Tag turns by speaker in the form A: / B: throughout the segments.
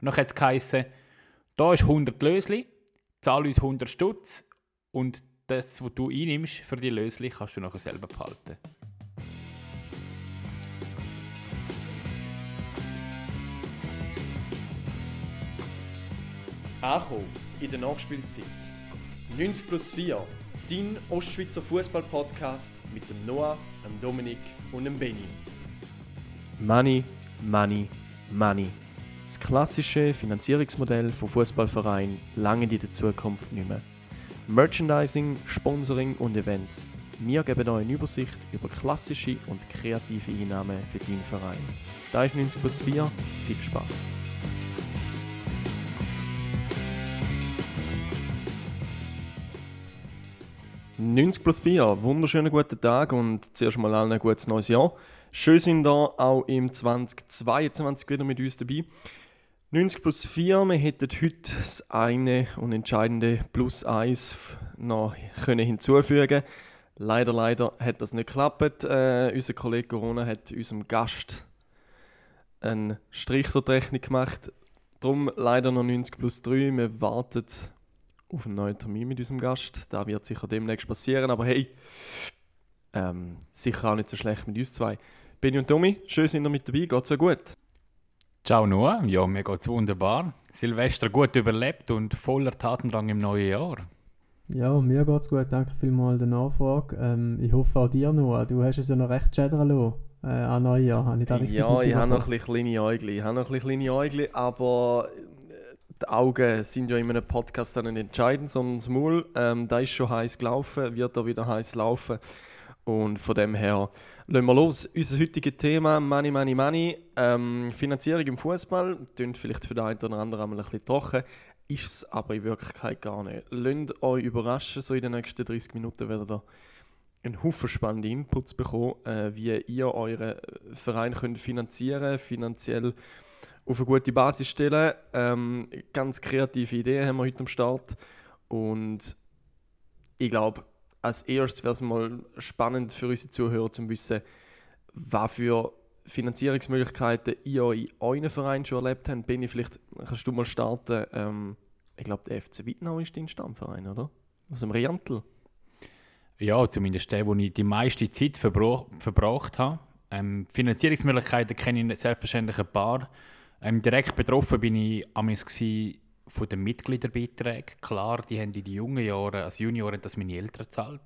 A: dann hat es geheißen, da ist 100 Lösli, zahl uns 100 Stutz und das, was du einnimmst für die Lösli, kannst du nachher selber behalten.
B: Ankommen in der Nachspielzeit. 90+4, dein Ostschweizer Fußball-Podcast mit dem Noah, dem Dominik und dem Benny.
C: Money, Money, Money. Das klassische Finanzierungsmodell von Fußballvereinen lange in der Zukunft nicht mehr. Merchandising, Sponsoring und Events. Wir geben euch eine Übersicht über klassische und kreative Einnahmen für deinen Verein. Da ist 90+4. Viel Spaß! +4, wunderschönen guten Tag und zuerst mal allen ein gutes neues Jahr. Schön sind ihr auch im 2022 wieder mit uns dabei. 90+4, wir hätten heute das eine und entscheidende +1 noch hinzufügen. Leider hat das nicht geklappt. Unser Kollege Corona hat unserem Gast einen Strich durch die Rechnung gemacht. Darum leider noch 90+3. Wir warten auf einen neuen Termin mit unserem Gast. Das wird sicher demnächst passieren, aber hey, sicher auch nicht so schlecht mit uns zwei. Benni und Tommy, schön sind ihr mit dabei, geht's so gut?
A: Ciao Noah, ja, mir geht's wunderbar. Silvester gut überlebt und voller Tatendrang im neuen Jahr.
D: Ja, mir geht's gut, danke vielmals der Nachfrage. Ich hoffe auch dir, Noah, du hast es ja noch recht schädern lassen an Neujahr. Habe ich da richtig
C: Ja, ich habe noch ein bisschen kleine Äugli, aber die Augen sind ja in einem Podcast dann nicht entscheidend, sondern das Maul. Da ist schon heiß gelaufen, wird auch wieder heiß laufen. Und von dem her lassen wir los. Unser heutiges Thema Money, Money, Money. Finanzierung im Fußball. Klingt vielleicht für den einen oder anderen ein bisschen trocken. Ist es aber in Wirklichkeit gar nicht. Lasst euch überraschen, so in den nächsten 30 Minuten werdet ihr einen Haufen spannende Inputs bekommen, wie ihr euren Verein könnt finanzieren, finanziell auf eine gute Basis stellen. Ganz kreative Ideen haben wir heute am Start. Und ich glaube, als erstes wäre es mal spannend für unsere Zuhörer zu wissen, was für Finanzierungsmöglichkeiten ihr in euren Verein schon erlebt habt. Benni, vielleicht kannst du mal starten. Ich glaube, der FC Wittnau ist dein Stammverein, oder? Aus dem Riantl.
A: Ja, zumindest der, wo ich die meiste Zeit verbracht habe. Finanzierungsmöglichkeiten kenne ich selbstverständlich ein paar. Direkt betroffen bin ich amigs von den Mitgliederbeiträgen. Klar, die haben in den jungen Jahren, als Junior, das meine Eltern gezahlt.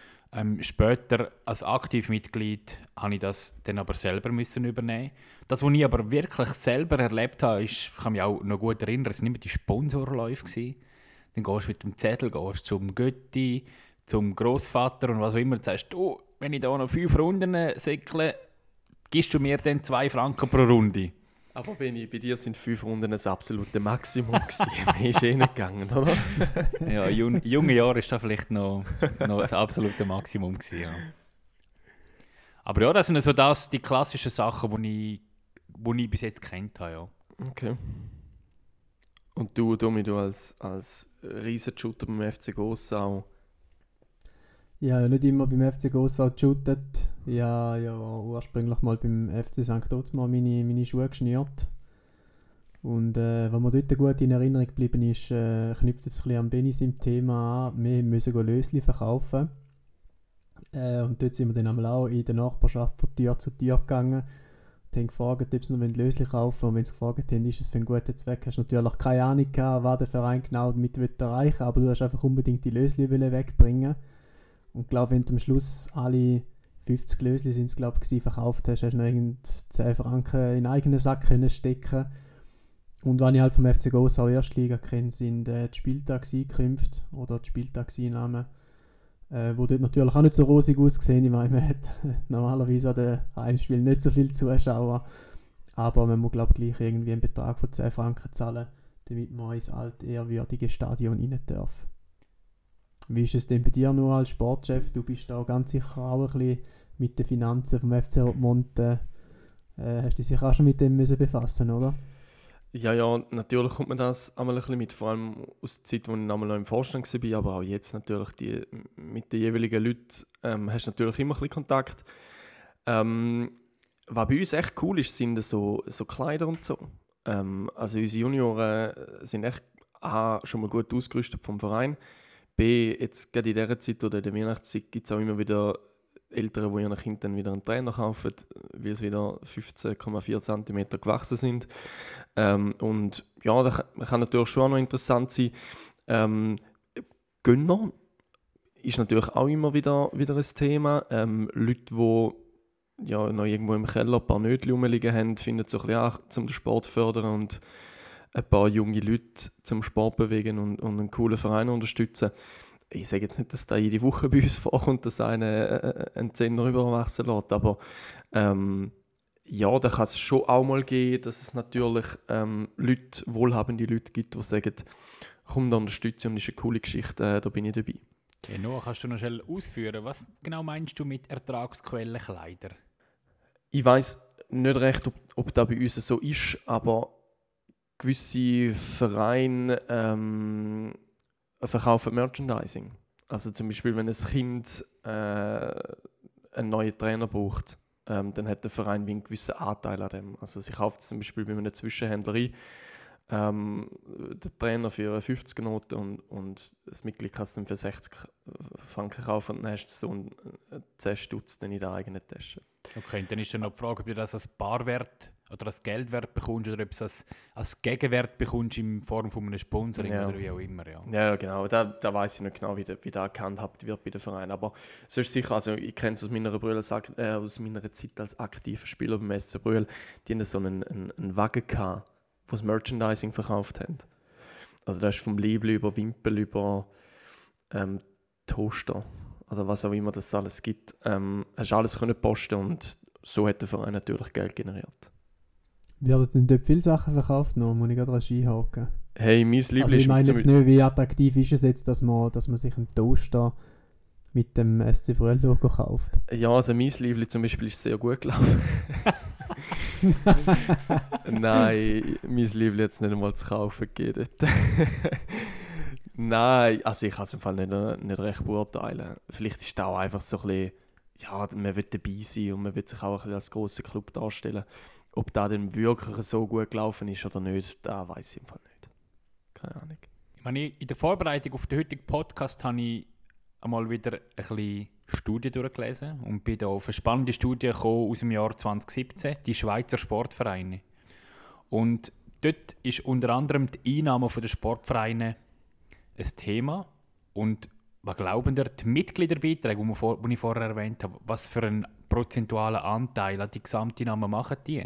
A: Später als Aktivmitglied habe ich das dann aber selber müssen übernehmen. Das, was ich aber wirklich selber erlebt habe, ist, ich kann mich auch noch gut erinnern, es waren immer die Sponsorläufe gewesen. Dann gehst du mit dem Zettel zum Götti, zum Grossvater und was auch immer. Du sagst, oh, wenn ich da noch 5 Runden säckle, gibst du mir dann 2 Franken pro Runde.
C: Aber Benni, bei dir sind 5 Runden das absolute Maximum gewesen. Mir ist nicht gegangen, oder?
A: Ja, junge Jahre war das vielleicht noch das absolute Maximum gewesen, ja. Aber ja, das sind so die klassischen Sachen, die ich bis jetzt kennt habe, ja.
C: Okay. Und du, Domi, du als Riesenshooter beim FC Gossau?
D: Ja, nicht immer beim FC Gossau geshootet. Ja, ursprünglich mal beim FC St. Ottmar meine Schuhe geschnürt. Und was mir dort gut in Erinnerung geblieben ist, knüpft jetzt ein bisschen an Benni im Thema an. Wir müssen Lösli verkaufen. Und dort sind wir dann einmal auch in der Nachbarschaft von Tür zu Tür gegangen und haben gefragt, ob sie noch Lösli kaufen wollen. Und wenn sie gefragt haben, ist es für einen guten Zweck, hast du natürlich keine Ahnung gehabt, was der Verein genau damit erreichen will, aber du hast einfach unbedingt die Lösli wegbringen. Und ich glaube, wenn du am Schluss alle 50 Lösli sind es, glaube ich, verkauft hast, hast du noch 10 Franken in den eigenen Sack können stecken. Und was ich halt vom FC Gossau Erstliga kenne, sind die Spieltagseinkünfte oder die Spieltagseinnahmen, wo dort natürlich auch nicht so rosig ausgesehen. Ich meine, man hat normalerweise an den Heimspielen nicht so viele Zuschauer, aber man muss, glaube ich, gleich irgendwie einen Betrag von 10 Franken zahlen, damit man ins altehrwürdige Stadion rein darf. Wie ist es denn bei dir nur als Sportchef? Du bist da ganz sicher auch ein bisschen mit den Finanzen vom FC Rottmund. Hast dich sicher auch schon mit dem müssen befassen, oder?
C: Ja, natürlich kommt man das einmal ein bisschen mit, vor allem aus der Zeit, wo ich einmal noch im Vorstand war, aber auch jetzt natürlich mit den jeweiligen Leuten hast du natürlich immer ein bisschen Kontakt. Was bei uns echt cool ist, sind so Kleider und so. Also unsere Junioren sind echt A, schon mal gut ausgerüstet vom Verein. B, jetzt gerade in dieser Zeit oder in der Weihnachtszeit gibt es auch immer wieder Eltern, die ihren Kindern wieder einen Trainer kaufen, weil sie wieder 15,4 cm gewachsen sind. Und ja, das kann natürlich schon auch noch interessant sein. Gönner ist natürlich auch immer wieder ein Thema. Leute, die ja, noch irgendwo im Keller ein paar Nötchen rumliegen haben, finden so ein bisschen auch, um den Sport zu fördern und ein paar junge Leute zum Sport bewegen und einen coolen Verein unterstützen. Ich sage jetzt nicht, dass da jede Woche bei uns vorkommt, dass einer einen Zehner rüberwachsen lässt, aber ja, da kann es schon auch mal geben, dass es natürlich Leute, wohlhabende Leute gibt, die sagen, komm, da unterstütze ich und das ist eine coole Geschichte, da bin ich dabei.
A: Ja, Noah, kannst du noch schnell ausführen, was genau meinst du mit Ertragsquellen Kleider?
C: Ich weiss nicht recht, ob das bei uns so ist, aber gewisse Vereine verkaufen Merchandising. Also zum Beispiel, wenn ein Kind einen neuen Trainer braucht, dann hat der Verein wie einen gewissen Anteil an dem. Also sie kauft zum Beispiel bei einem Zwischenhändler den Trainer für 50 Noten und das Mitglied kann es dann für 60 Franken kaufen und dann hast du so einen 10 Stutz dann in der eigenen Tasche.
A: Okay, und dann ist dann noch die Frage, ob du das als Barwert oder als Geldwert bekommst oder ob du es als Gegenwert bekommst in Form von einem Sponsoring oder wie auch immer.
C: Ja genau. Da weiss ich nicht genau, wie das gehandhabt wird bei den Vereinen. Aber sonst sicher, also ich kenne es aus meiner Zeit als aktiver Spieler beim SC Brühl, die hatten so einen Wagen gehabt, wo das Merchandising verkauft haben. Also das ist vom Liebli über Wimpel über Toaster oder was auch immer das alles gibt. Hast alles können posten und so hat der Verein natürlich Geld generiert.
D: Werden denn dort viele Sachen verkauft noch? Muss ich gerade rasch einhaken?
C: Hey, mein Liebling
D: also ich meine jetzt nicht, wie attraktiv ist es jetzt, dass man sich einen Toaster mit dem SC Brühl-Logo kauft?
C: Ja, also mein Liebling zum Beispiel ist sehr gut gelaufen. Nein, mein Liebling hat es nicht einmal zu kaufen gegeben. Nein, also ich kann es im Fall nicht recht beurteilen. Vielleicht ist das auch einfach so ein bisschen, ja, man will dabei sein und man will sich auch ein bisschen als grosser Club darstellen. Ob das dann wirklich so gut gelaufen ist oder nicht, das weiss ich im Fall nicht. Keine Ahnung.
A: Ich meine, in der Vorbereitung auf den heutigen Podcast habe ich einmal wieder ein bisschen Studien durchgelesen und bin da auf eine spannende Studie gekommen aus dem Jahr 2017, die Schweizer Sportvereine. Und dort ist unter anderem die Einnahme der Sportvereine ein Thema. Und was glauben ihr, die Mitgliederbeiträge, die ich vorher erwähnt habe, was für einen prozentualen Anteil an die Gesamteinnahme machen die?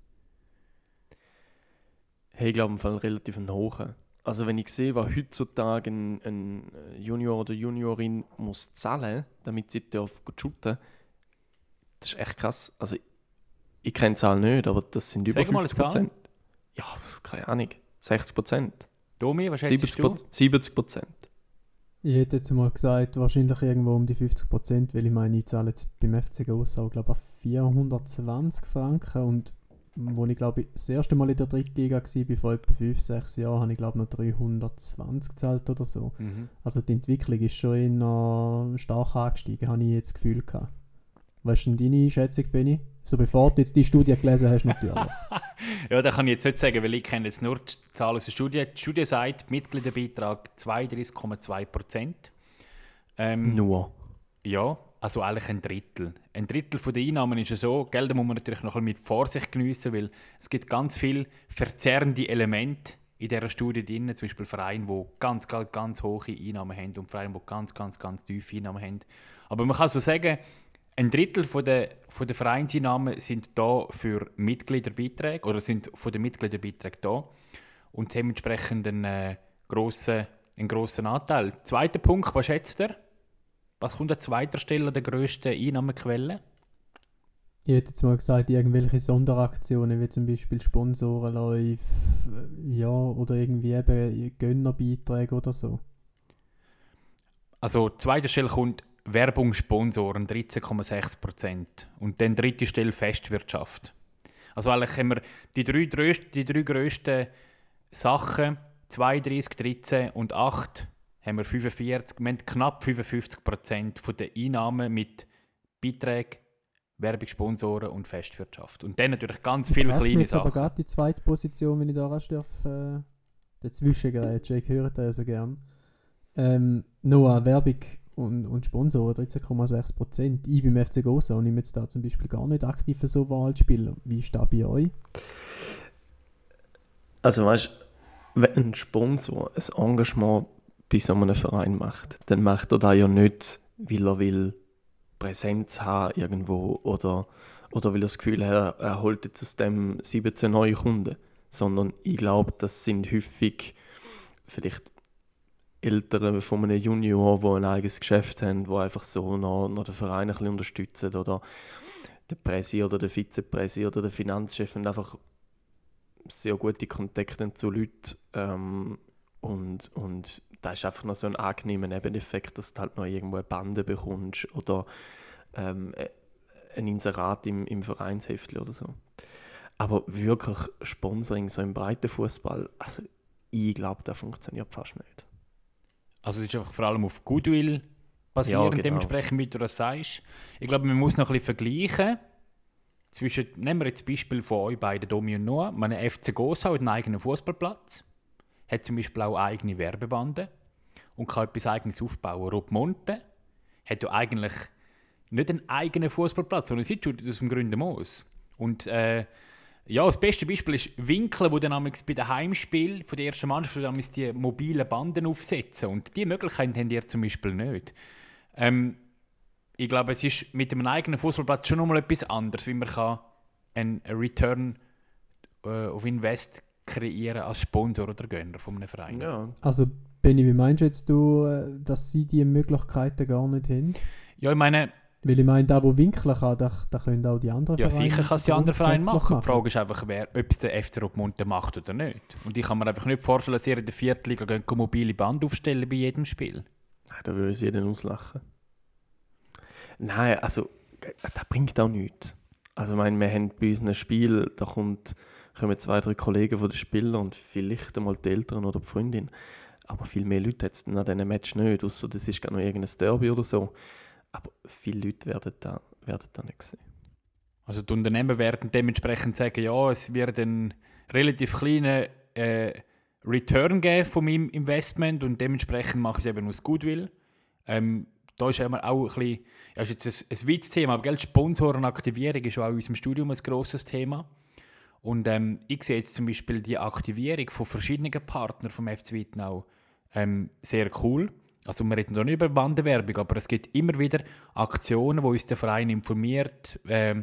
C: Hey, ich glaube, im Fall relativ einen hohen. Also wenn ich sehe, was heutzutage ein Junior oder Juniorin muss zahlen, damit sie shooten, das ist echt krass. Also ich kenne die Zahl nicht, aber das sind über 50%. Ja, keine Ahnung. 60%.
A: Domi, was schätzt du?
C: 70%.
D: Ich hätte jetzt mal gesagt, wahrscheinlich irgendwo um die 50%, weil ich meine, ich zahle jetzt beim FC Gossau, glaube ich, 420 Franken und als ich glaube das erste Mal in der Drittliga war, vor etwa 5-6 Jahren, habe ich glaube noch 320 gezahlt oder so. Mhm. Also die Entwicklung ist schon eher stark angestiegen, habe ich jetzt das Gefühl gehabt. Was ist denn deine Schätzung, Benni? So bevor du jetzt die Studie gelesen hast, natürlich.
A: Ja, das kann ich jetzt nicht sagen, weil ich kenne jetzt nur die Zahl aus der Studie. Die Studie sagt, Mitgliederbeitrag 32,2%.
C: Nur?
A: Ja, also eigentlich ein Drittel. Ein Drittel der Einnahmen ist ja so, Geld muss man natürlich noch ein bisschen mit Vorsicht geniessen, weil es gibt ganz viele verzerrende Elemente in dieser Studie drin, zum Beispiel Vereine, die ganz, ganz, ganz hohe Einnahmen haben und Vereine, die ganz, ganz, ganz tiefe Einnahmen haben. Aber man kann so sagen, ein Drittel von der Vereinseinnahmen sind da für Mitgliederbeiträge oder sind von den Mitgliederbeiträgen da und dementsprechend einen grossen Anteil. Zweiter Punkt, was schätzt ihr? Was kommt an zweiter Stelle an der grössten Einnahmequelle?
D: Ich hätte jetzt mal gesagt, irgendwelche Sonderaktionen, wie zum Beispiel Sponsorenläufe, ja, oder irgendwie eben Gönnerbeiträge oder so. Also
A: zweiter Stelle kommt Werbung, Sponsoren, 13,6%. Und dann dritte Stelle Festwirtschaft. Also eigentlich haben wir die drei grössten Sachen, 32, 13 und 8, haben wir 45, wir haben knapp 55% von den Einnahmen mit Beiträgen, Werbung, Sponsoren und Festwirtschaft. Und dann natürlich ganz viele kleine
D: Jetzt aber
A: Sachen.
D: gerade die zweite Position, wenn ich da rasch darf, dazwischen grätschen, ich höre das so gern. Noah, Werbung und Sponsoren 13,6%. Ich beim FC Gosa und ich jetzt da zum Beispiel gar nicht aktiv so war als Spieler. Wie ist das bei euch?
C: Also weißt du, wenn ein Sponsor ein Engagement bei so einem Verein macht, dann macht er das ja nicht, weil er will Präsenz haben irgendwo oder weil er das Gefühl hat, er holt jetzt aus dem 17 neue Kunden. Sondern ich glaube, das sind häufig vielleicht Eltern von einem Junior, die ein eigenes Geschäft haben, die einfach so noch den Verein ein bisschen unterstützen oder der Präsi oder der Vizepräsi oder der Finanzchef haben einfach sehr gute Kontakte zu Leuten und da ist einfach noch so ein angenehmer Nebeneffekt, dass du halt noch irgendwo eine Bande bekommst oder ein Inserat im Vereinsheft oder so. Aber wirklich Sponsoring so im Breitenfußball, also ich glaube, das funktioniert fast nicht.
A: Also es ist einfach vor allem auf Goodwill basierend,
C: Ja, genau.
A: dementsprechend, wie du das sagst. Ich glaube, man muss noch ein bisschen vergleichen zwischen, nehmen wir jetzt das Beispiel von euch beiden, Domi und Noah. Mein FC Gosa hat einen eigenen Fußballplatz, hat zum Beispiel auch eigene Werbebande und kann etwas Eigenes aufbauen. Rob Monte hat ja eigentlich nicht einen eigenen Fußballplatz, sondern sie shootet aus dem Grünen Moos. Und ja, das beste Beispiel ist Winkel, wo dann bei den Heimspielen von der ersten Mannschaft die mobilen Banden aufsetzen. Und diese Möglichkeit haben ihr zum Beispiel nicht. Ich glaube, es ist mit einem eigenen Fußballplatz schon nochmal etwas anderes, wie man kann einen Return auf Invest kreieren als Sponsor oder Gönner von einem Verein.
C: Ja.
D: Also Benni, wie meinst jetzt du, dass sie diese Möglichkeiten gar nicht haben?
A: Ja, ich meine,
D: Weil ich meine, da wo Winkeln kann, da können auch die anderen
A: ja,
D: Vereine...
A: sicher kann es die anderen Vereine
D: grundsätzlich
A: machen. Die Frage ist einfach, ob es der FC Rockmunten macht oder nicht. Und ich kann mir einfach nicht vorstellen, dass ihr in der 4. Liga eine mobile Band aufstellen bei jedem Spiel.
C: Da würde ich jeden auslachen. Nein, also, das bringt auch nichts. Also, ich meine, wir haben bei uns ein Spiel, da kommen 2-3 Kollegen von den Spielern und vielleicht einmal die Eltern oder die Freundin. Aber viel mehr Leute hat es an diesem Match nicht, außer das ist gar noch irgendein Derby oder so. Aber viele Leute werden da nicht sehen.
A: Also die Unternehmen werden dementsprechend sagen, ja, es wird einen relativ kleinen Return geben von meinem Investment und dementsprechend mache ich es eben aus Goodwill. Da ist immer auch ein bisschen, ja, ist jetzt ein Witzthema, aber Sponsorenaktivierung ist auch in unserem Studium ein grosses Thema. Und ich sehe jetzt zum Beispiel die Aktivierung von verschiedenen Partnern vom FC Wittnau sehr cool. Also wir reden hier nicht über Bandenwerbung, aber es gibt immer wieder Aktionen, wo uns der Verein informiert.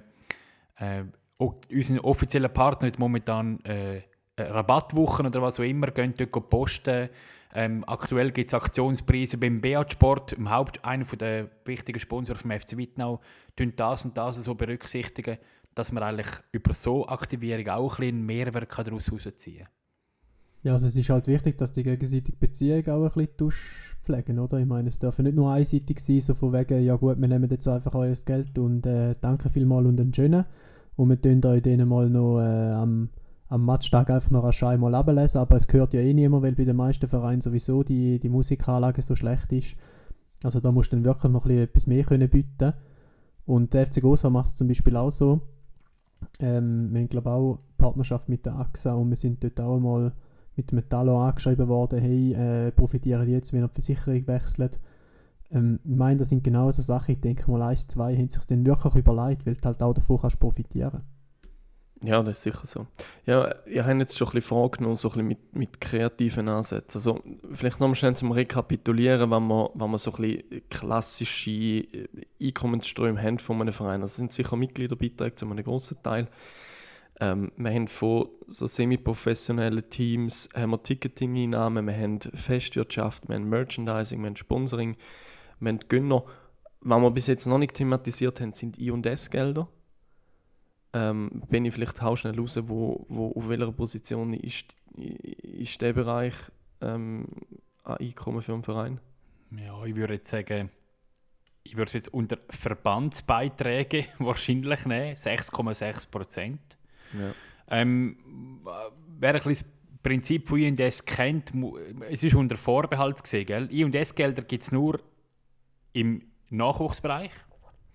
A: Unser offizieller Partner hat momentan Rabattwochen oder was auch immer, gehen dort posten. Aktuell gibt es Aktionspreise beim Beat Sport, einer der wichtigen Sponsoren vom FC Wittnau, das und das so berücksichtigen, dass man eigentlich über so Aktivierung auch ein bisschen Mehrwert daraus herausziehen kann.
D: Ja, also es ist halt wichtig, dass die gegenseitige Beziehung auch ein bisschen pflegen, oder? Ich meine, es darf nicht nur einseitig sein, so von wegen, ja gut, wir nehmen jetzt einfach euer Geld und danke vielmals und einen schönen. Und wir tun euch denen mal noch am Matchtag einfach noch rasch einmal ablesen, aber es gehört ja eh niemand, weil bei den meisten Vereinen sowieso die Musikanlage so schlecht ist. Also da musst du dann wirklich noch etwas mehr können bieten. Und der FC Gosa macht es zum Beispiel auch so. Wir haben, glaube ich, auch Partnerschaft mit der AXA und wir sind dort auch mal mit dem Talon angeschrieben worden, hey, profitieren jetzt, wenn ihr die Versicherung wechselt. Ich meine, das sind genau so Sachen, ich denke mal 1, 2 haben sich dann wirklich überlegt, weil du halt auch davon kannst profitieren.
C: Ja, das ist sicher so. Ja, ich habe jetzt schon ein bisschen vorgenommen, so ein bisschen mit kreativen Ansätzen. Also, vielleicht nochmal schnell zum Rekapitulieren, wenn wir so ein bisschen klassische Einkommensströme haben von einem Verein. Das sind sicher Mitgliederbeiträge zu einem grossen Teil. Wir haben von so semi-professionellen Teams haben wir Ticketing-Einnahmen, wir haben Festwirtschaft, wir haben Merchandising, wir haben Sponsoring, wir haben Gönner. Was wir bis jetzt noch nicht thematisiert haben, sind I&S-Gelder. Bin ich vielleicht auch schnell raus, wo auf welcher Position ist der Bereich an Einkommen für einen Verein?
A: Ja, ich würde jetzt sagen, ich würde es jetzt unter Verbandsbeiträge wahrscheinlich nehmen, 6,6%.
C: Ja.
A: Wer ein bisschen das Prinzip von I&S kennt, es ist unter Vorbehalt gesehen, gell? I&S-Gelder gibt es nur im Nachwuchsbereich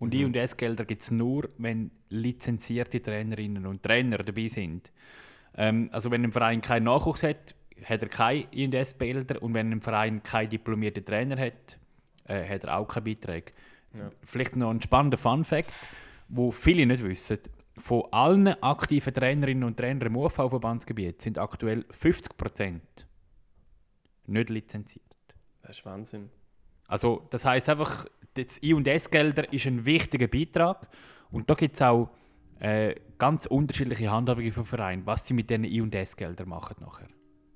A: Und I&S-Gelder gibt es nur, wenn lizenzierte Trainerinnen und Trainer dabei sind. Also wenn ein Verein keinen Nachwuchs hat, hat er keine I&S-Gelder. Und wenn ein Verein keinen diplomierten Trainer hat, hat er auch keine Beiträge.
C: Ja.
A: Vielleicht noch ein spannender Fun-Fact, wo viele nicht wissen. Von allen aktiven Trainerinnen und Trainern im UV-Verbandsgebiet sind aktuell 50% nicht lizenziert.
C: Das ist Wahnsinn.
A: Also das heisst einfach, das I&S-Gelder ist ein wichtiger Beitrag und da gibt es auch ganz unterschiedliche Handhabungen von Vereinen, was sie mit diesen I&S-Geldern machen nachher.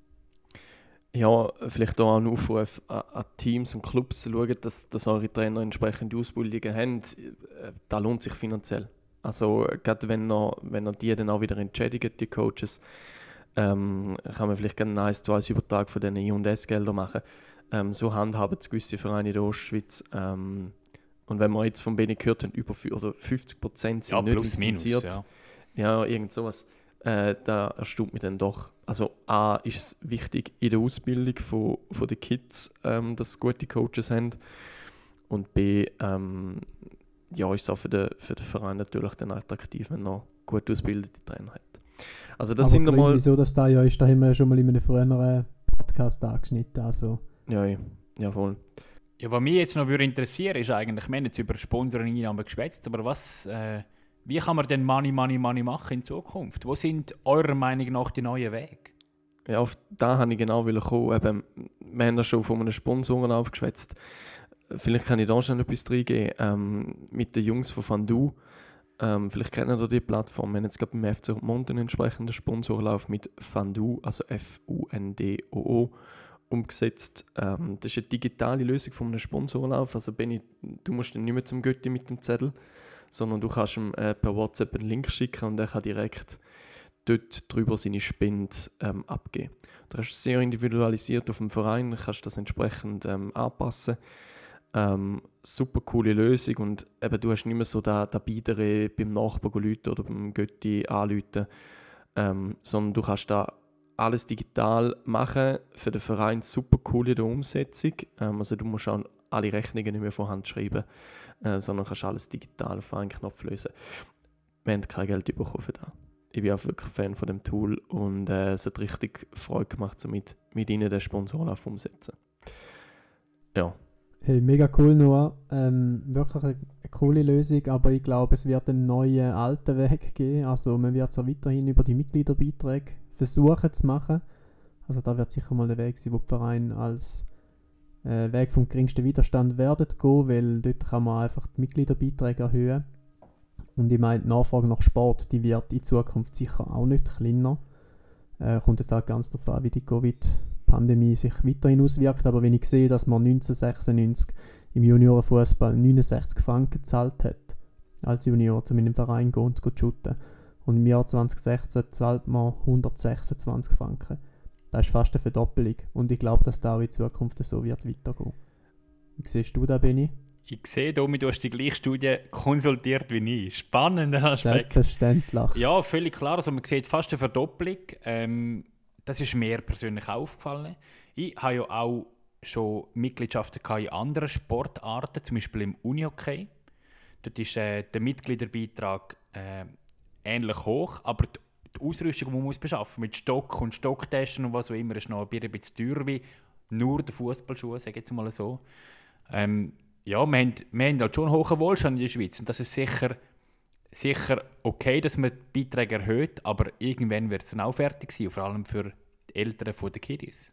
C: Ja, vielleicht auch ein Aufruf an Teams und Clubs zu schauen, dass eure Trainer entsprechende Ausbildungen haben. Da lohnt sich finanziell. Also gerade wenn er die dann auch wieder entschädigt, die Coaches, kann man vielleicht gerne einen 1-2 Übertrag von diesen I&S-Geldern machen. So handhaben es gewisse Vereine in der Ostschweiz. Und wenn wir jetzt von Beni gehört haben, über 50% sind
A: Ja,
C: nicht
A: plus
C: lizenziert.
A: minus, ja.
C: Ja, irgend sowas. Da erstaunt mich dann doch. Also A ist es wichtig in der Ausbildung von den Kids, dass sie gute Coaches haben. Und B ja, ist es auch für den Verein natürlich dann attraktiv, wenn er gut ausgebildete Trainer hat. Also das
D: Aber
C: sind
D: Gründe,
C: einmal...
D: wieso das da ja ist, da haben wir ja schon mal in einem früheren Podcast angeschnitten. Also,
C: Ja, voll.
A: Ja, was mich jetzt noch interessieren würde, ist eigentlich, wir haben jetzt über Sponsoring-Einnahmen geschwätzt, aber wie kann man denn Money machen in Zukunft? Wo sind eurer Meinung nach die neuen Wege?
C: Ja, auf da wollte ich genau kommen. Eben, wir haben ja schon von einem Sponsoren aufgeschwätzt. Vielleicht kann ich da schon etwas reingeben. Mit den Jungs von Fandu. Vielleicht kennen ihr die Plattform. Wir haben jetzt gerade beim FC Monten einen entsprechenden Sponsorlauf mit Fandu, also F-U-N-D-O-O, umgesetzt. Das ist eine digitale Lösung von einem Sponsorlauf. Also Benni, du musst dann nicht mehr zum Götti mit dem Zettel, sondern du kannst ihm per WhatsApp einen Link schicken und er kann direkt dort drüber seine Spende abgeben. Du hast es sehr individualisiert auf dem Verein, kannst das entsprechend anpassen. Super coole Lösung und eben, du hast nicht mehr so den Biedere beim Nachbarn rufen oder beim Götti anrufen, sondern du kannst da alles digital machen. Für den Verein super cool in der Umsetzung. Also du musst auch alle Rechnungen nicht mehr von Hand schreiben, sondern kannst alles digital auf einen Knopf lösen. Wir haben kein Geld bekommen für das. Ich bin auch wirklich Fan von dem Tool und es hat richtig Freude gemacht, so mit ihnen den Sponsorenlauf umzusetzen. Ja.
D: hey, mega cool, Noah. Wirklich eine coole Lösung, aber ich glaube, es wird einen neuen alten Weg geben. Also man wird es auch weiterhin über die Mitgliederbeiträge versuchen zu machen. Also da wird sicher mal der Weg sein, wo die Vereine als Weg vom geringsten Widerstand werden gehen, weil dort kann man einfach die Mitgliederbeiträge erhöhen. Und ich meine, die Nachfrage nach Sport, die wird in Zukunft sicher auch nicht kleiner. Kommt jetzt auch ganz darauf an, wie die Covid-Pandemie sich weiterhin auswirkt. Aber wenn ich sehe, dass man 1996 im Juniorenfußball 69 Franken gezahlt hat, als Junior zu meinem Verein gehen und shooten, und im Jahr 2016 zahlt man 126 Franken. Das ist fast eine Verdoppelung. Und ich glaube, dass das auch in Zukunft so wird weitergehen. Wie siehst du das, Benni?
A: Ich sehe, Domi, du hast die gleiche Studie konsultiert wie ich. Spannender Aspekt.
D: Selbstverständlich.
A: Ja, völlig klar. Also man sieht fast eine Verdopplung. Das ist mir persönlich aufgefallen. Ich habe ja auch schon Mitgliedschaften in anderen Sportarten, zum Beispiel im Unihockey. Dort ist der Mitgliederbeitrag ähnlich hoch, aber die Ausrüstung, die man beschaffen muss, mit Stock und Stocktaschen und was auch immer, ist noch ein bisschen teurer wie nur der Fußballschuh, sage ich jetzt mal so. Ja, wir haben halt schon einen hohen Wohlstand in der Schweiz und das ist sicher okay, dass man die Beiträge erhöht, aber irgendwann wird es dann auch fertig sein, vor allem für die Eltern der Kiddies.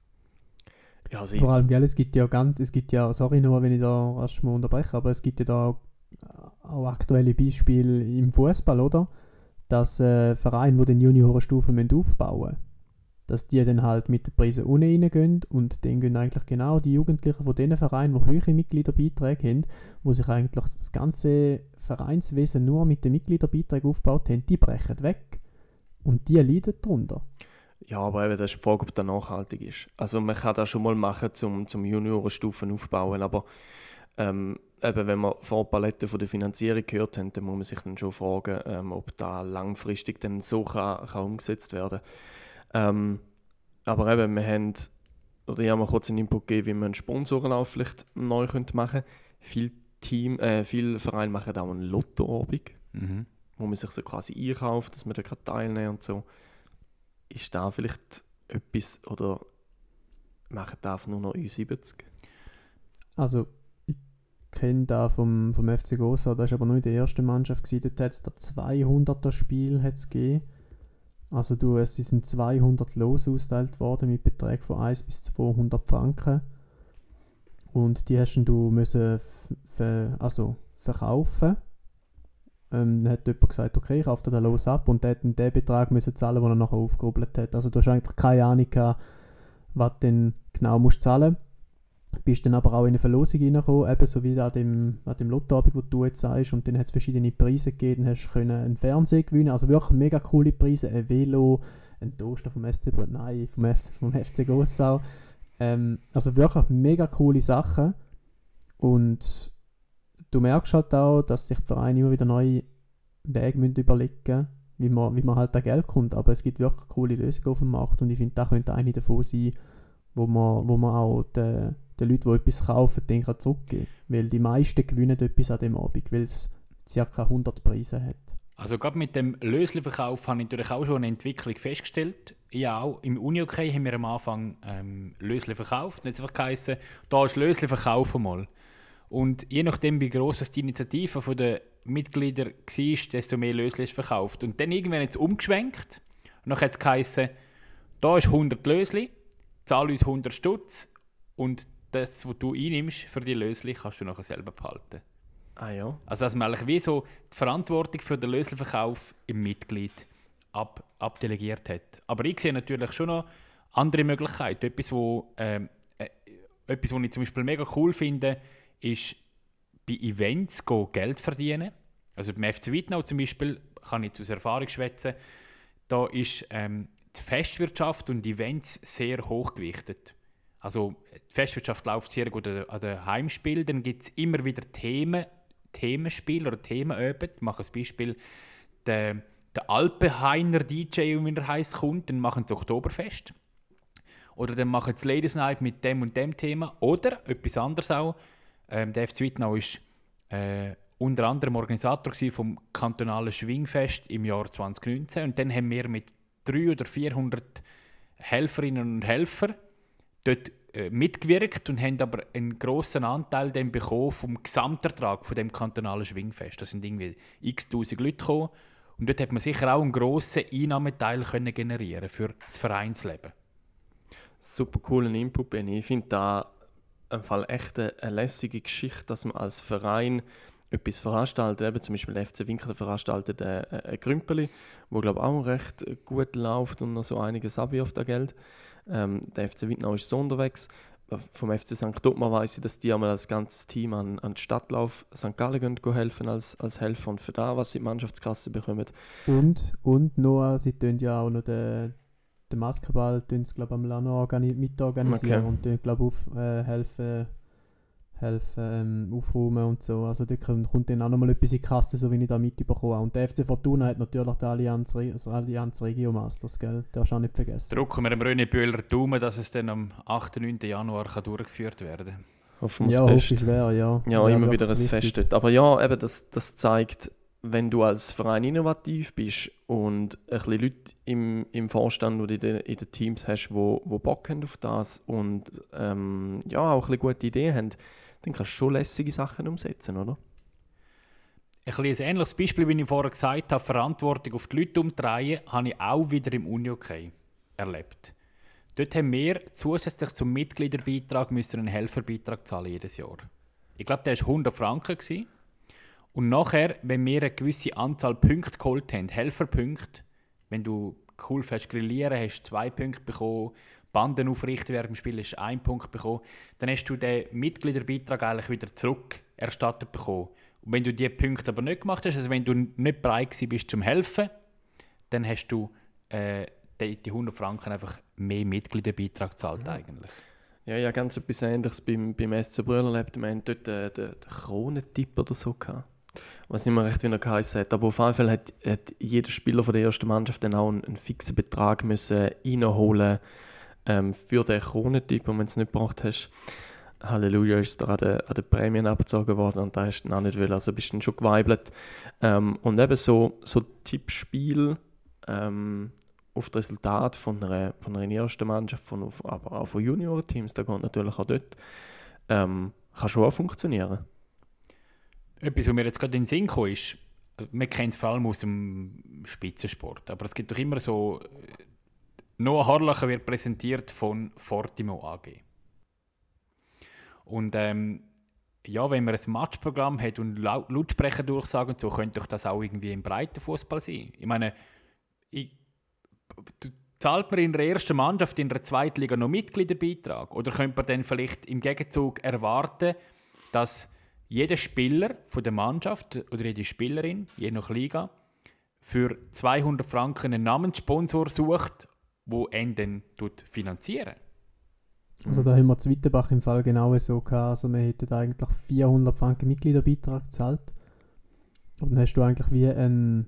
C: Ja, also
D: Vor allem, gell, es gibt ja, sorry nur, wenn ich da rasch mal unterbreche, aber es gibt ja da auch aktuelle Beispiele im Fußball, oder? Dass Vereine, die den Juniorenstufen aufbauen müssen, dass die dann halt mit den Preisen unten reingehen und dann gehen eigentlich genau die Jugendlichen von diesen Vereinen, die höhere Mitgliederbeiträge haben, wo sich eigentlich das ganze Vereinswesen nur mit den Mitgliederbeiträgen aufgebaut haben, die brechen weg und die leiden darunter.
C: Ja, aber eben, das ist die Frage, ob das nachhaltig ist. Also man kann das schon mal machen, zum Juniorenstufen aufbauen, aber eben, wenn wir vor Paletten von der Finanzierung gehört haben, dann muss man sich dann schon fragen, ob das langfristig dann so kann umgesetzt werden kann. Aber eben, ich habe mal kurz einen Input gegeben, wie man einen Sponsorenlauf vielleicht neu machen könnte. Viel viele Vereine machen auch einen Lottoabend,
A: Mhm.
C: wo man sich so quasi einkauft, dass man da teilnehmen kann und so. Ist da vielleicht etwas, oder machen da einfach nur noch U70?
D: Also, ich kenne da vom FC Gossau, das war aber noch in der ersten Mannschaft gewesen, dort hat es da 200er-Spiel gegeben. Also es sind 200 Lose ausgeteilt worden mit Beträgen von 1 bis 200 Franken. Und die hast du müssen verkaufen. Dann hat jemand gesagt, okay, ich kaufe dir den Los ab, und der hat dann den Betrag müssen zahlen, den er nachher aufgehobelt hat. Also du hast eigentlich keine Ahnung gehabt, was du dann genau musst zahlen musst. Bist dann aber auch in eine Verlosung reingekommen, ebenso wie an dem Lottoabend, wo du jetzt sagst, und dann hat es verschiedene Preise gegeben. Dann hast du einen Fernseher gewinnen, also wirklich mega coole Preise, ein Velo, ein Toaster vom vom FC Gossau. Also wirklich mega coole Sachen, und du merkst halt auch, dass sich die Vereine immer wieder neue Wege überlegen müssen, wie man halt an Geld kommt, aber es gibt wirklich coole Lösungen auf dem Markt, und ich finde, das könnte eine davon sein, wo man auch den Leuten, die etwas kaufen, den kann zurückgeben. Weil die meisten gewinnen etwas an dem Abend, weil es ca. 100 Preise hat.
A: Also gerade mit dem Lösli-Verkauf habe ich natürlich auch schon eine Entwicklung festgestellt. Ja, auch im Uni-Okay haben wir am Anfang Lösli verkauft. Dann hat es einfach geheißen, da ist Lösli, verkaufen mal. Und je nachdem, wie gross die Initiative der Mitglieder war, desto mehr Lösli ist verkauft. Und dann irgendwann hat es umgeschwenkt. Und dann hat es geheißen, da ist 100 Lösli, zahl uns 100 Stutz, und das, was du einnimmst für die Lösli, kannst du nachher selber behalten.
C: Ah ja.
A: Also dass man eigentlich wie so die Verantwortung für den Lösli-Verkauf im Mitglied abdelegiert hat. Aber ich sehe natürlich schon noch andere Möglichkeiten. Etwas, wo ich zum Beispiel mega cool finde, ist bei Events Geld verdienen. Also beim FC Wittnau zum Beispiel, kann ich aus Erfahrung schwätzen, da ist die Festwirtschaft und die Events sehr hochgewichtet. Also die Festwirtschaft läuft sehr gut an den Heimspielen, dann gibt es immer wieder Themenspiele oder Themenabende. Ich mache ein Beispiel, der Alpenhainer DJ, wie er heisst, kommt, dann machen sie Oktoberfest. Oder dann machen sie Ladies Night mit dem und dem Thema. Oder etwas anderes auch. Der FC Wittnau war unter anderem Organisator vom kantonalen Schwingfest im Jahr 2019. Und dann haben wir mit 300 oder 400 Helferinnen und Helfern dort mitgewirkt und haben aber einen grossen Anteil dann bekommen vom Gesamtertrag von dem kantonalen Schwingfest. Da sind irgendwie x-tausend Leute gekommen, und dort hat man sicher auch einen grossen Einnahmeteil können generieren für das Vereinsleben.
C: Super coolen Input, Benni. Ich finde da im Fall echt eine lässige Geschichte, dass man als Verein etwas veranstaltet. Eben zum Beispiel der FC Winkler veranstaltet ein Grümpeli, wo glaube auch recht gut läuft und noch so einiges abwirft an Geld. Der FC Wittnau ist so unterwegs. Vom FC St. Ottmar weiss ich, dass die einmal als ganzes Team an den Stadtlauf St. Gallen gehen helfen als Helfer, und für das, was sie in die Mannschaftskasse bekommen.
D: Und Noah, sie tun ja auch noch den Maskenball, glaube am Lano mitorganisieren,
C: Okay.
D: und glaube helfen aufräumen und so. Also da kommt dann auch nochmal etwas in die Kasse, so wie ich da mitbekommen habe. Und der FC Fortuna hat natürlich die Allianz Regio Masters, gell? Das hast du auch nicht vergessen.
A: Drücken wir dem René Bühler die Daumen, dass es dann am 8. und 9. Januar durchgeführt werden kann.
C: Hoffen wir
D: Ja,
C: das
D: hoffe
C: Beste.
D: ich wäre, ja.
C: Ja,
D: Wäre
C: immer wieder ein
D: wirklich
C: Fest
D: wichtig.
C: dort. Aber ja, eben das zeigt, wenn du als Verein innovativ bist und ein bisschen Leute im Vorstand oder in den Teams hast, die Bock haben auf das und auch ein bisschen gute Ideen haben, dann kannst du schon lässige Sachen umsetzen, oder?
A: Ein ähnliches Beispiel, wie ich vorher gesagt habe, Verantwortung auf die Leute umdrehen, habe ich auch wieder im Uni-Okay erlebt. Dort haben wir zusätzlich zum Mitgliederbeitrag einen Helferbeitrag zahlen jedes Jahr. Ich glaube, der war 100 Franken. Und nachher, wenn wir eine gewisse Anzahl Punkte geholt haben, Helferpunkte, wenn du cool fährst grillieren, hast du 2 Punkte bekommen, Banden aufrichten während dem Spiel hast du 1 Punkt bekommen, dann hast du den Mitgliederbeitrag eigentlich wieder zurück erstattet bekommen. Und wenn du diese Punkte aber nicht gemacht hast, also wenn du nicht bereit bist zum Helfen, dann hast du die 100 Franken einfach mehr Mitgliederbeitrag gezahlt eigentlich.
C: Ja, ganz etwas Ähnliches beim SC Brühl erlebt. Wir hatten dort den Kronentipp oder so gehabt. Ich weiß nicht mehr recht, wie er geheißen hat. Aber auf jeden Fall hat jeder Spieler von der ersten Mannschaft dann auch einen fixen Betrag müssen reinholen für den Kronentipp, wenn du es nicht gebraucht hast. Halleluja ist da an den Prämien abgezogen worden und da hast du dann auch nicht wollen, also bist du dann schon geweibelt. Und eben so Tippspiel auf das Resultat von einer ersten Mannschaft, aber auch von Juniorenteams, da geht natürlich auch dort, kann schon auch funktionieren.
A: Etwas, was mir jetzt gerade in den Sinn kam, ist, man kennt es vor allem aus dem Spitzensport, aber es gibt doch immer so, Noah Harlacher wird präsentiert von Fortimo AG. Und ja, wenn man ein Matchprogramm hat und Lautsprecher durchsagen und so, könnte doch das auch irgendwie im Breitenfußball sein. Ich meine, zahlt man in der ersten Mannschaft in der zweiten Liga noch Mitgliederbeitrag? Oder könnte man dann vielleicht im Gegenzug erwarten, dass jeder Spieler von der Mannschaft oder jede Spielerin, je nach Liga, für 200 Franken einen Namenssponsor sucht, der ihn dann finanzieren?
D: Also da haben wir zu Wittenbach im Fall genau so gehabt. Also wir hätten eigentlich 400 Franken Mitgliederbeitrag gezahlt. Und dann hast du eigentlich wie einen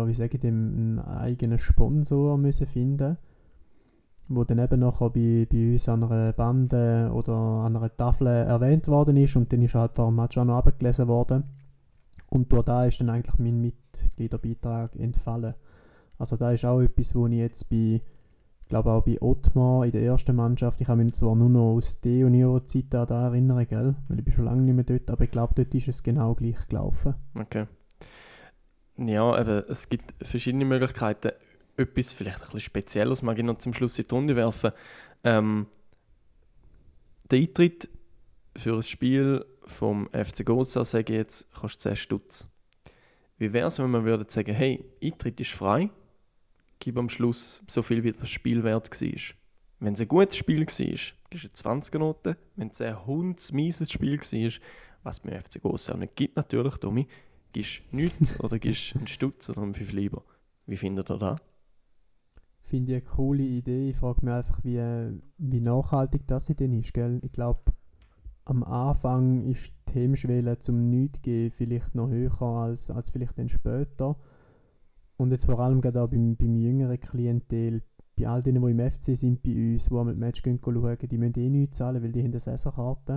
D: eigenen Sponsor müssen finden, wo dann eben nachher bei uns an einer Bande oder an einer Tafel erwähnt worden ist und dann ist halt vor dem Match auch noch abgelesen worden. Und durch da ist dann eigentlich mein Mitgliederbeitrag entfallen. Also da ist auch etwas, wo ich jetzt ich glaube auch bei Ottmar in der ersten Mannschaft, ich kann mich zwar nur noch aus der Juniorenzeit da erinnern, gell? Weil ich bin schon lange nicht mehr dort, aber ich glaube, dort ist es genau gleich gelaufen.
C: Okay. Ja, eben, es gibt verschiedene Möglichkeiten. Etwas vielleicht ein bisschen Spezielles mag ich noch zum Schluss in die Runde werfen. Der Eintritt für ein Spiel vom FC Gosa, sage ich jetzt, kostet 10 Stutz. Wie wäre es, wenn man würde sagen, hey, Eintritt ist frei, gib am Schluss so viel, wie das Spiel wert war. Wenn es ein gutes Spiel war, gibst du 20 Noten. Wenn es ein hundsmieses Spiel war, was es beim FC Gosa auch nicht gibt, natürlich, Tommy, gibst du nichts oder gibst einen Stutz oder einen 5 lieber. Wie findet ihr das?
D: Finde ich eine coole Idee. Ich frage mich einfach, wie nachhaltig das denn ist. Gell? Ich glaube, am Anfang ist die Hemmschwelle zum Nichts-Geben vielleicht noch höher als vielleicht dann später. Und jetzt vor allem gerade auch beim jüngeren Klientel, bei all denen, die im FC sind bei uns, die einmal Match schauen, die müssen eh nichts zahlen, weil die haben eine Saisonkarte.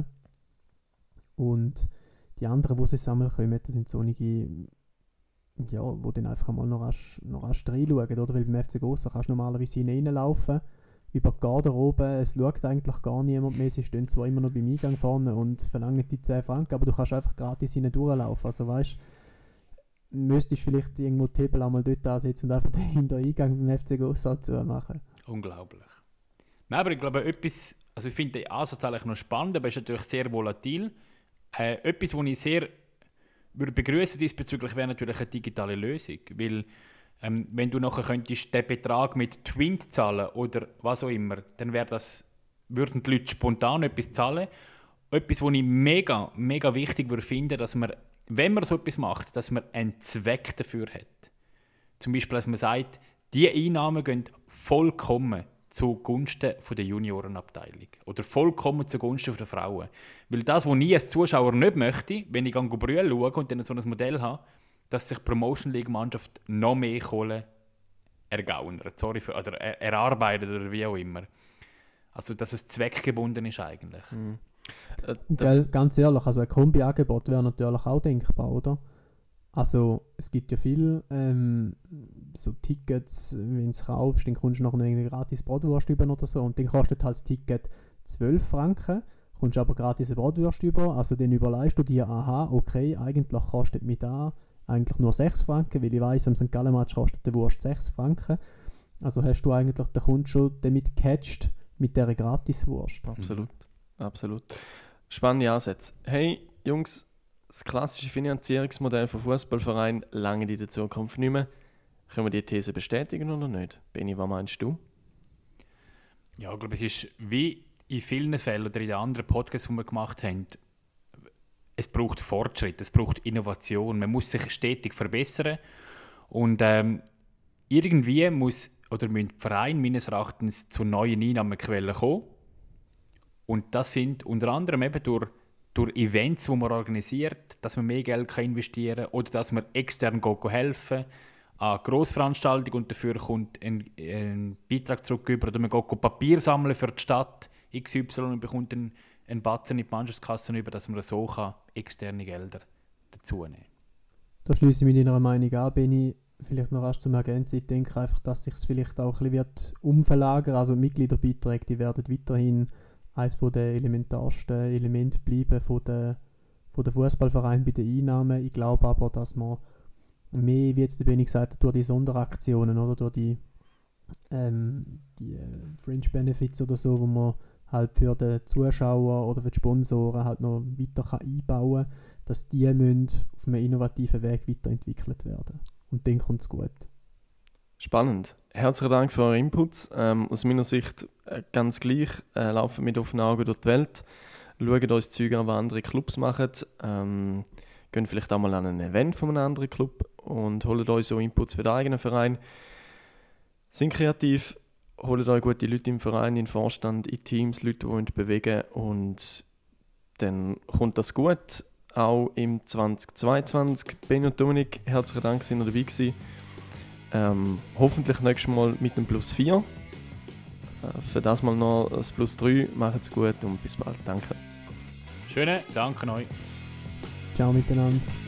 D: Und die anderen, die sie sammeln können, das sind solche, ja, die dann einfach mal noch rasch reinschauen, oder? Weil beim FC Gosa kannst du normalerweise reinlaufen, über die Garderobe, es schaut eigentlich gar niemand mehr, sie stehen zwar immer noch beim Eingang vorne und verlangen die 10 Franken, aber du kannst einfach gratis hinein durchlaufen, also weißt, müsstest vielleicht irgendwo die Hebel einmal dort ansetzen und einfach den Eingang beim FC Gosa zumachen.
A: Unglaublich. Nein, aber ich glaube, ich finde den Ansatz eigentlich noch spannend, aber ist natürlich sehr volatil. Etwas, was ich sehr würde begrüßen diesbezüglich, wäre natürlich eine digitale Lösung, weil wenn du nachher könntest den Betrag mit Twint zahlen oder was auch immer, dann würden die Leute spontan etwas zahlen. Etwas, was ich mega, mega wichtig würde finden, dass man, wenn man so etwas macht, dass man einen Zweck dafür hat. Zum Beispiel, dass man sagt, die Einnahmen gehen vollkommen zugunsten der Juniorenabteilung oder vollkommen zugunsten der Frauen. Weil das, was ich als Zuschauer nicht möchte, wenn ich Brühl schaue und dann so ein Modell habe, dass sich die Promotion League Mannschaft noch mehr Kohle ergaunert, erarbeitet oder wie auch immer. Also, dass es zweckgebunden ist eigentlich.
D: Ganz ehrlich, also ein Kombi-Angebot wäre natürlich auch denkbar, oder? Also es gibt ja viele so Tickets, wenn du es kaufst, dann kommst du noch eine gratis Bratwurst über oder so und dann kostet halt das Ticket 12 Franken, kommst aber gratis eine Bratwurst über, also dann überlegst du dir, aha, okay, eigentlich kostet mich da eigentlich nur 6 Franken, weil ich weiss, am St. Gallen-Match kostet der Wurst 6 Franken, also hast du eigentlich den Kunden schon damit gecatcht mit dieser Gratiswurst.
C: Absolut, absolut. Spannende Ansätze. Hey, Jungs, das klassische Finanzierungsmodell von Fußballvereinen lange in der Zukunft nicht mehr. Können wir die These bestätigen oder nicht? Benni, was meinst du?
A: Ja, ich glaube, es ist wie in vielen Fällen oder in den anderen Podcasts, die wir gemacht haben, es braucht Fortschritt, es braucht Innovation, man muss sich stetig verbessern und irgendwie müssen die Vereine meines Erachtens zu neuen Einnahmequellen kommen und das sind unter anderem eben durch Events, die man organisiert, dass man mehr Geld investieren kann oder dass man extern helfen an Grossveranstaltungen und dafür kommt ein Beitrag zurück oder man geht Papier sammeln für die Stadt XY und bekommt einen einen Batzen in die Mannschaftskasse über, dass man so kann externe Gelder dazu nehmen kann.
D: Da schließe ich mich deiner Meinung an, Benni. Vielleicht noch erst zum Ergänzen. Ich denke einfach, dass sich es vielleicht auch ein bisschen wird umverlagern. Also Mitgliederbeiträge, die werden weiterhin eines der elementarsten Elemente bleiben von der Fußballverein bei den Einnahmen. Ich glaube aber, dass man mehr, wie jetzt der Benni gesagt hat, durch die Sonderaktionen oder durch die Fringe Benefits oder so, wo man halt für den Zuschauer oder für die Sponsoren halt noch weiter kann einbauen kann, dass die müssen auf einem innovativen Weg weiterentwickelt werden. Und dann kommt es gut.
C: Spannend. Herzlichen Dank für eure Inputs. Aus meiner Sicht ganz gleich. Laufen mit offenen Augen durch die Welt. Schauen uns Züge an, was andere Clubs machen. Gehen vielleicht auch mal an ein Event von einem anderen Club und holen euch so Inputs für den eigenen Verein. Sind kreativ, holt euch gute Leute im Verein, in den Vorstand, in Teams, Leute, die bewegen und dann kommt das gut. Auch im 2022. Benni und Dominik, herzlichen Dank, dass ihr dabei gewesen. Hoffentlich nächstes Mal mit dem +4. Für das mal noch das +3. Macht's gut und bis bald. Danke.
A: Schöne, danke euch.
D: Ciao miteinander.